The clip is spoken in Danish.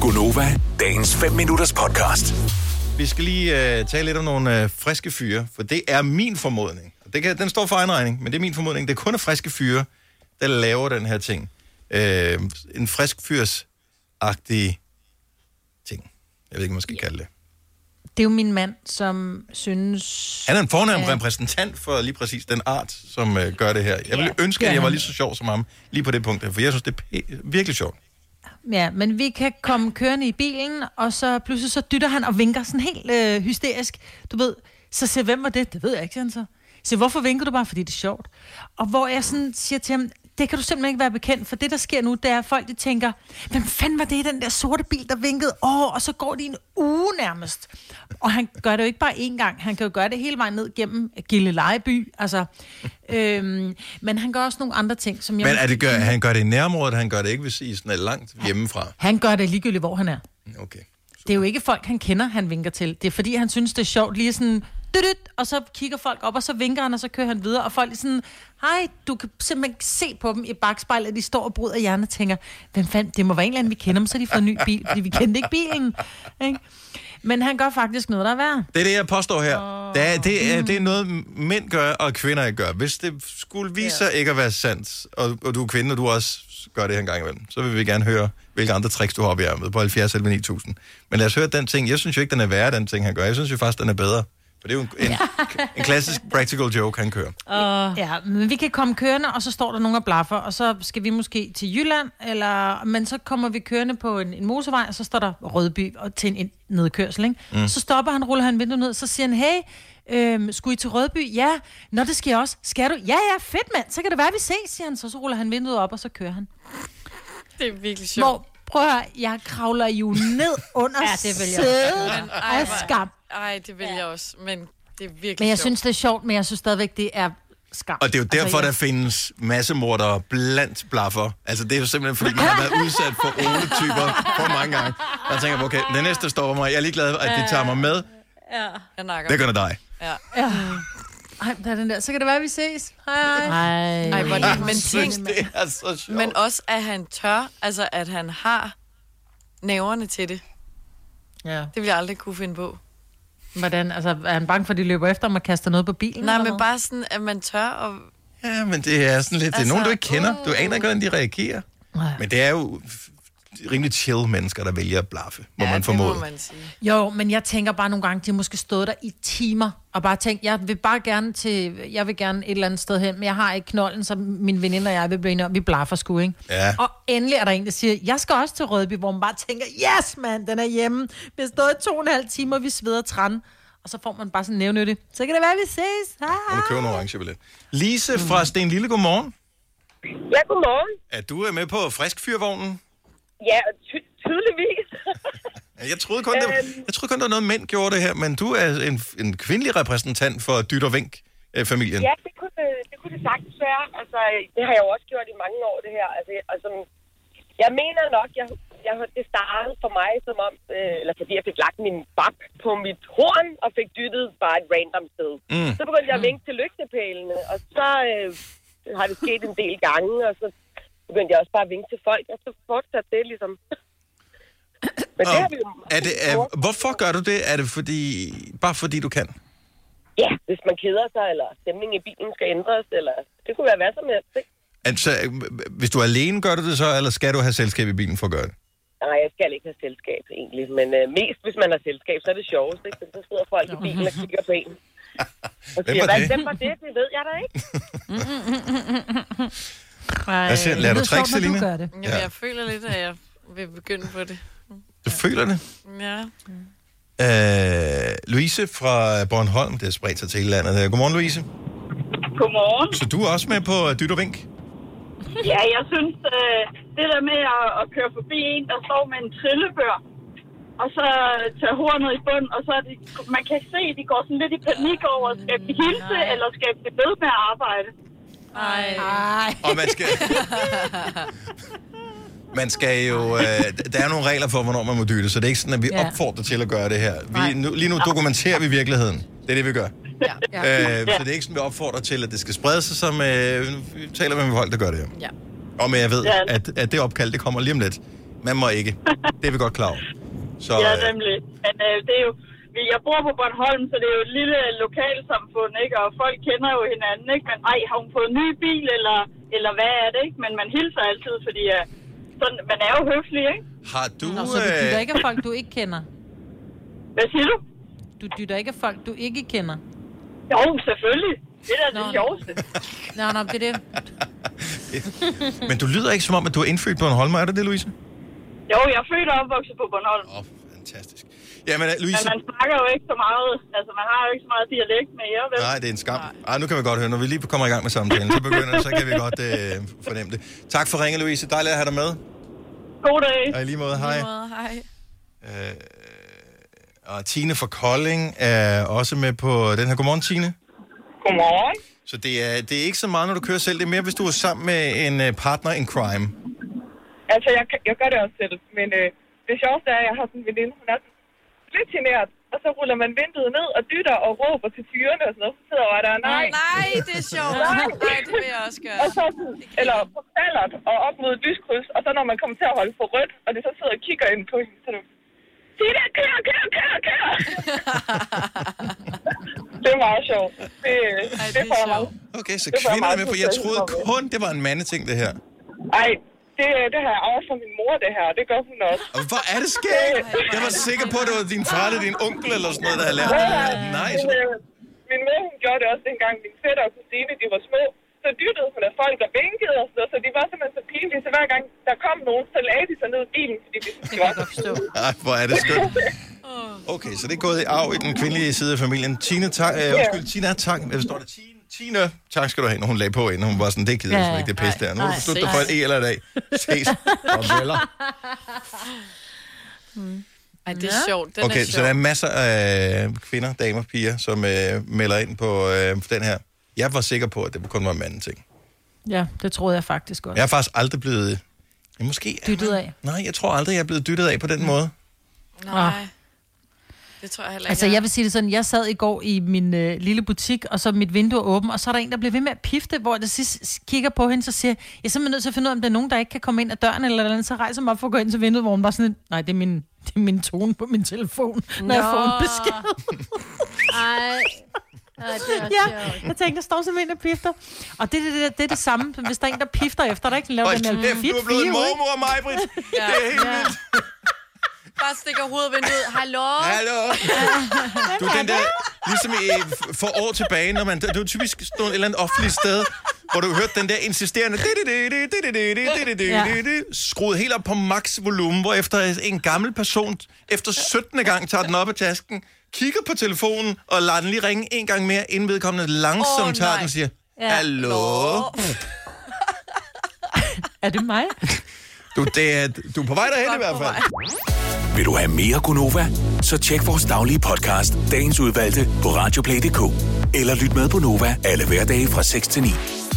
Gonova, dagens 5 minutters podcast. Vi skal lige tale lidt om nogle friske fyre, for det er min formodning. Den står for egen regning, men det er min formodning. Det er kun friske fyre, der laver den her ting. En frisk fyrs-agtig ting. Jeg ved ikke, hvad man skal kalde det. Det er jo min mand, som synes... Han er en fornem repræsentant for lige præcis den art, som gør det her. Jeg ville ønske, at jeg var lige så sjov som ham, lige på det punkt, for jeg synes, det er virkelig sjovt. Ja, men vi kan komme kørende i bilen, og så pludselig så dytter han og vinker sådan helt hysterisk. Du ved, så siger hvem var det? Det ved jeg ikke, siger han så. Så hvorfor vinker du bare? Fordi det er sjovt. Og hvor jeg sådan siger til ham, det kan du simpelthen ikke være bekendt, for det, der sker nu, det er, at folk de tænker, hvem fanden var det i den der sorte bil, der vinkede? Og så går de en uge nærmest. Og han gør det jo ikke bare én gang, han kan jo gøre det hele vejen ned gennem Gilleleje-by, altså. Men han gør også nogle andre ting, som jeg... Men han gør det i nærområdet, han gør det ikke, hvis I sådan er langt hjemmefra? Han gør det ligegyldigt, hvor han er. Okay. Det er jo ikke folk, han kender, han vinker til. Det er fordi, han synes, det er sjovt lige sådan... Og så kigger folk op, og så vinker han, og så kører han videre. Og folk er sådan, hej, du kan simpelthen se på dem i bagspejlet, at de står og bryder hjernen og tænker, hvem fanden, det må være en eller anden, vi kender dem, så de får en ny bil, fordi vi kendte ikke bilen. Ikke? Men han gør faktisk noget, der er værd. Det er det, jeg påstår her. Det er noget, mænd gør, og kvinder ikke gør. Hvis det skulle vise sig ikke at være sandt, og du er kvinde, og du også gør det her en gang imellem, så vil vi gerne høre, hvilke andre tricks du har op i ærmet på 70 11 9000. Men lad os høre den ting. Jeg synes jo ikke, den er værre, den ting, han gør. Jeg synes jo faktisk, den er bedre. For det er jo en klassisk practical joke, han kører. Ja, men vi kan komme kørende, og så står der nogen og blaffer, og så skal vi måske til Jylland, men så kommer vi kørende på en motorvej, og så står der Rødby og til en nedkørsel, ikke? Så stopper han, ruller han vinduet ned, så siger han, hey, skulle I til Rødby? Ja. Nå, det skal jeg også. Skal du? Ja, fedt mand, så kan det være, vi ses, siger han. Så ruller han vinduet op, og så kører han. Det er virkelig sjovt. Prøv at høre, jeg kravler jo ned under sædet af skam. Ej, det vil jeg også, men det er virkelig Men jeg sjovt. synes, det er sjovt, men jeg synes stadigvæk, det er skam. Og det er jo derfor, der findes massemordere blandt blaffer. Altså, det er jo simpelthen, fordi man har været udsat for Ole-typer for mange gange. Og jeg tænker, okay, det næste stopper mig. Jeg er lige glad, at de tager mig med. Ja, jeg nakker. Det gør det dig. Ja. Ej, der er den der. Så kan det være, at vi ses. Hej. Ej, hvor det, men Jeg synes, det er så sjovt. men også, at han tør, altså, at han har næverne til det. Ja. Det vil jeg aldrig kunne finde på. Hvordan? Altså, er han bange for, at de løber efter ham og kaster noget på bilen? Nej, eller men hvad? bare sådan, at man tør og... Ja, men det er sådan lidt... Det er nogen, du ikke kender. Du aner ikke, hvordan de reagerer. Men det er jo rimelig chill mennesker, der vælger at blaffe, må man formode. det må man sige. Jo, men jeg tænker bare nogle gange, de har måske stået der i timer, og bare tænkt, jeg vil gerne et eller andet sted hen, men jeg har ikke knolden, så min veninde og jeg vil blive enige om, vi blaffer sgu, ikke? Ja. Og endelig er der en, der siger, jeg skal også til Rødby, hvor man bare tænker, yes mand, den er hjemme. Vi har stået i 2,5 timer, vi sveder træn. Og så får man bare sådan nævnyttig. Så kan det være, vi ses. Hej. Og du køber en orange billet. Lise fra Sten Lille, godmorgen. Ja, godmorgen. Er du med på friskfyrvognen? Ja, tydeligvis. Jeg troede kun, det var noget, mænd gjorde det her, men du er en kvindelig repræsentant for Dyt og Vink-familien. Ja, det kunne det sagtens være. Altså, det har jeg jo også gjort i mange år, det her. Altså, jeg mener nok, det startede for mig som om, eller fordi jeg fik lagt min bab på mit horn, og fik dyttet bare et random sted. Så begyndte jeg at vinke til lygtepælene, og så har det sket en del gange, og så begyndte jeg også bare at vinke til folk, og så fortsatte det ligesom. Men det har vi jo... Hvorfor gør du det? Er det bare fordi du kan? Ja, hvis man keder sig, eller stemningen i bilen skal ændres, eller det kunne være hvad som helst, ikke? Altså, hvis du er alene, gør du det så, eller skal du have selskab i bilen for at gøre det? Nej, jeg skal ikke have selskab, egentlig. Men mest, hvis man har selskab, så er det sjovest, ikke? Så sidder folk i bilen og kigger på en. Og siger, hvem var det? Det ved jeg da ikke. Lader du trick, Selina? Ja. Jeg føler lidt, at jeg vil begynde på det. Du føler det? Ja. Louise fra Bornholm, det har spredt sig til hele landet. Godmorgen, Louise. Godmorgen. Så du er også med på Dyt og Vink? Ja, jeg synes, det der med at køre forbi en, der står med en trillebør, og så tage hornet i bund, og så er man kan se, at de går sådan lidt i panik over, skal de hilse, eller skal de ved med at arbejde? Ej. Og man skal jo... der er nogle regler for, hvornår man må dytte, så det er ikke sådan, at vi opfordrer til at gøre det her. Lige nu dokumenterer vi virkeligheden. Det er det, vi gør. Ja. Så det er ikke sådan, vi opfordrer til, at det skal sprede sig, som vi taler med folk, der gør det her. Ja. Og men jeg ved, at det opkald, det kommer lige om lidt. Man må ikke. Det er vi godt klar over. Så, Ja, nemlig. Men det er jo... Jeg bor på Bornholm, så det er jo et lille lokalsamfund, ikke? Og folk kender jo hinanden, ikke? Men har hun fået en ny bil, eller hvad er det, ikke? Men man hilser altid, fordi sådan, man er jo høflig, ikke? Har du... Nå, så du dytter ikke af folk, du ikke kender? Hvad siger du? Du dytter ikke af folk, du ikke kender? Jo, selvfølgelig. Det er da det sjoveste. Nå, det er det. Men du lyder ikke som om, at du er indfødt på Bornholm, er det det, Louise? Jo, jeg er født og opvokset på Bornholm. Fantastisk. Jamen, Louise... Men man snakker jo ikke så meget, altså man har jo ikke så meget dialekt med jer, vel? Nej, det er en skam. Nu kan vi godt høre, når vi lige kommer i gang med samtalen, så kan vi godt fornemme det. Tak for ringe, Louise. Dejligt at have dig med. God dag. Og i lige måde, hej. Hej. Og Tine fra Kolding er også med på den her. Godmorgen, Tine. Godmorgen. Så det er ikke så meget, når du kører selv. Det er mere, hvis du er sammen med en partner in crime. Altså, jeg gør det også selv, men det sjoveste er, at jeg har sådan en veninde, hun er lidt generet, og så ruller man vinduet ned og dytter og råber til tyrene og sådan noget, så sidder jeg der, nej, det er sjovt. Nej, det vil jeg også gøre. Og så, eller på faldert og op mod et lyskryds, og så når man kommer til at holde for rødt, og det så sidder og kigger ind på hende, så du, sig det, kør! Det er meget sjovt. Det får jeg meget. Okay, så kvinder er med på, jeg troede kun, det var en mandeting, det her. Ej, det har jeg arvet fra min mor, det her. Det gør hun også. Og hvor er det skægt? Jeg var sikker på, at det var din far eller din onkel eller sådan noget, der havde lært det. Nej, min mor, hun gjorde det også dengang. Min fætter og kusine, de var små. Så dyttede hun af folk og vinkede og sådan noget. Så de var simpelthen så pinlige. Så hver gang der kom nogen, så lagde de sig ned i bilen, fordi de syntes, de var så fede. Ej, hvor er det skønt. Okay, så det er gået i arv i den kvindelige side af familien. Tina, tak. Hvad står der? Tina, tak skal du have, når hun lagde på inden. Hun var sådan, det gider jeg ikke, det pisse der. Nu har du forstået dig for et eller et dag. Ses. Og veller. Ej, det er sjovt. Okay, så der er masser af kvinder, damer, piger, som melder ind på den her. Jeg var sikker på, at det kun var en manden ting. Ja, det troede jeg faktisk også. Jeg er faktisk aldrig blevet... dyttet af? Nej, jeg tror aldrig, jeg er blevet dyttet af på den måde. Nej. Det tror jeg heller ikke. Altså, jeg vil sige det sådan, jeg sad i går i min lille butik, og så mit vindue åbent, og så er der en, der bliver ved med at pifte, hvor jeg sidst kigger på hende, så siger jeg er simpelthen nødt til at finde ud af, om der er nogen, der ikke kan komme ind ad døren, eller andet, så rejser mig op for at gå ind til vinduet, hvor hun bare sådan, nej, det er min tone på min telefon, når jeg får en besked. Jeg tænkte, der står simpelthen en, der pifter. Og det er det samme, hvis der er en, der pifter efter, der ikke laver den her du er blevet en mormor, Maj-Britt. Det er helt vildt. Bare stikker hovedvinduet. Hallo? Du er den der, ligesom for år tilbage, når man, du er typisk stået et eller andet offentligt sted, hvor du hørte den der insisterende, skruet helt op på max volumen, hvor efter en gammel person, efter 17. gang tager den op af tasken, kigger på telefonen og lader den lige ringe en gang mere, inden vedkommende langsomt tager den og siger, hallo? Er det mig? Du er på vej derhen i hvert fald. Vil du have mere Gunova? Så tjek vores daglige podcast, dagens udvalgte, på radioplay.dk. Eller lyt med på Nova alle hverdage fra 6 til 9.